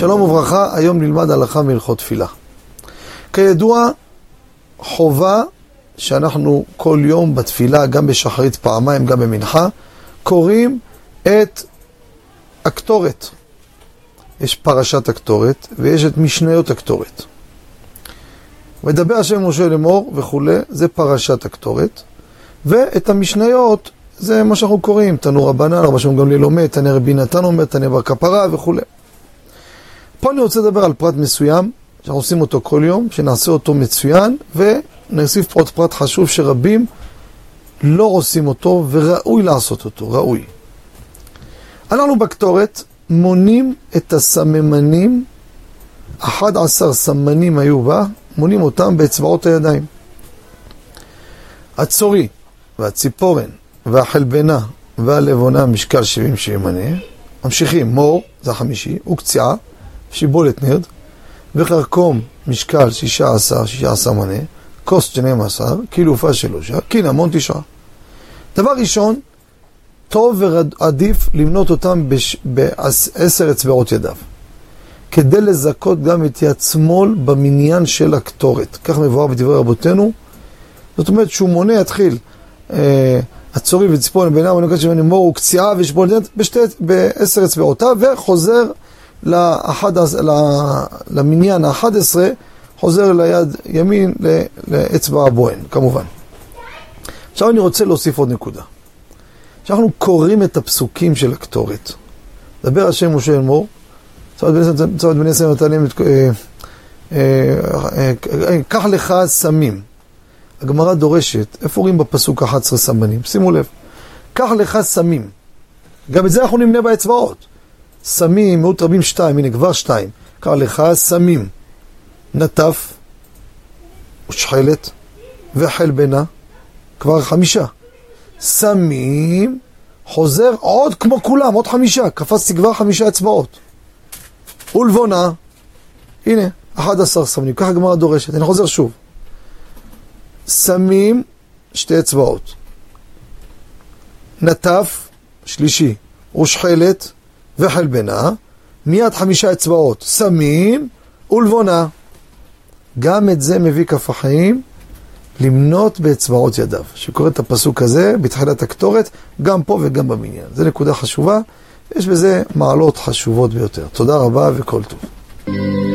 שלום וברכה, היום נלמד הלכה מהלכות תפילה. כידוע, חובה שאנחנו כל יום בתפילה, גם בשחרית פעמיים, גם במנחה, קוראים את הקטורת. יש פרשת הקטורת ויש את משניות הקטורת. מדבר השם משה לאמור וכו', זה פרשת הקטורת. ואת המשניות זה מה שאנחנו קוראים, תנו רבנן, רבי שמעון גמליאל לומד, תנא רבי נתן אומר, תנא בר כפרה וכו'. פה אני רוצה לדבר על פרט מסוים, שאנחנו עושים אותו כל יום, שנעשה אותו מצוין, ונוסיף עוד פרט חשוב שרבים לא עושים אותו, וראוי לעשות אותו, ראוי. אנחנו בקטורת מונים את הסממנים, 11 סמנים היו בה, מונים אותם באצבעות הידיים. הצורי והציפורן והחלבנה והלבונה משקל 70 שימנה, ממשיכים, מור, זה החמישי, וקציעה, שיבולת נרד, וחרקום משקל 16 מנה, כוס 12, קילופה 3, קינמון 9. דבר ראשון, טוב ועדיף למנות אותם ב10 אצבעות ידיו, כדי לזכות גם את יד שמאל במניין של הקטורת. כך מבואר בדברי רבותינו. זאת אומרת שהוא מונה, יתחיל הצורי וציפורן בינם ונקת שמני מור וקציעה ושיבולת ב10 אצבעותיו, וחוזר למניין ה-11, חוזר ליד ימין לאצבע הבוהן, כמובן. עכשיו אני רוצה להוסיף עוד נקודה. כשאנחנו קוראים את הפסוקים של הקטורת, דבר השם משה לאמור, צוות בני ישראל נתנים, קח לך סמים. הגמרא דורשת, איפה רואים בפסוק 11 סמנים? שימו לב, קח לך סמים. גם את זה אנחנו נמנה באצבעות. סמים, מאות רבים 2, הנה כבר 2. קח לך סמים. נטף, ושחלת, וחלבנה, כבר 5. סמים, חוזר עוד כמו כולם, עוד 5. קפצתי כבר 5 אצבעות. ולבונה, הנה, 11 סמנים. ככה הגמרא דורשת. אני חוזר שוב. סמים, 2 אצבעות. נטף, שלישי. ושחלת, וחלבנה, מיד 5 אצבעות. סמים, ולבונה. גם את זה מביא כף החיים למנות באצבעות ידיו. שקורא את הפסוק הזה בתחילת הקטורת, גם פה וגם במניין. זו נקודה חשובה. יש בזה מעלות חשובות ביותר. תודה רבה וכל טוב.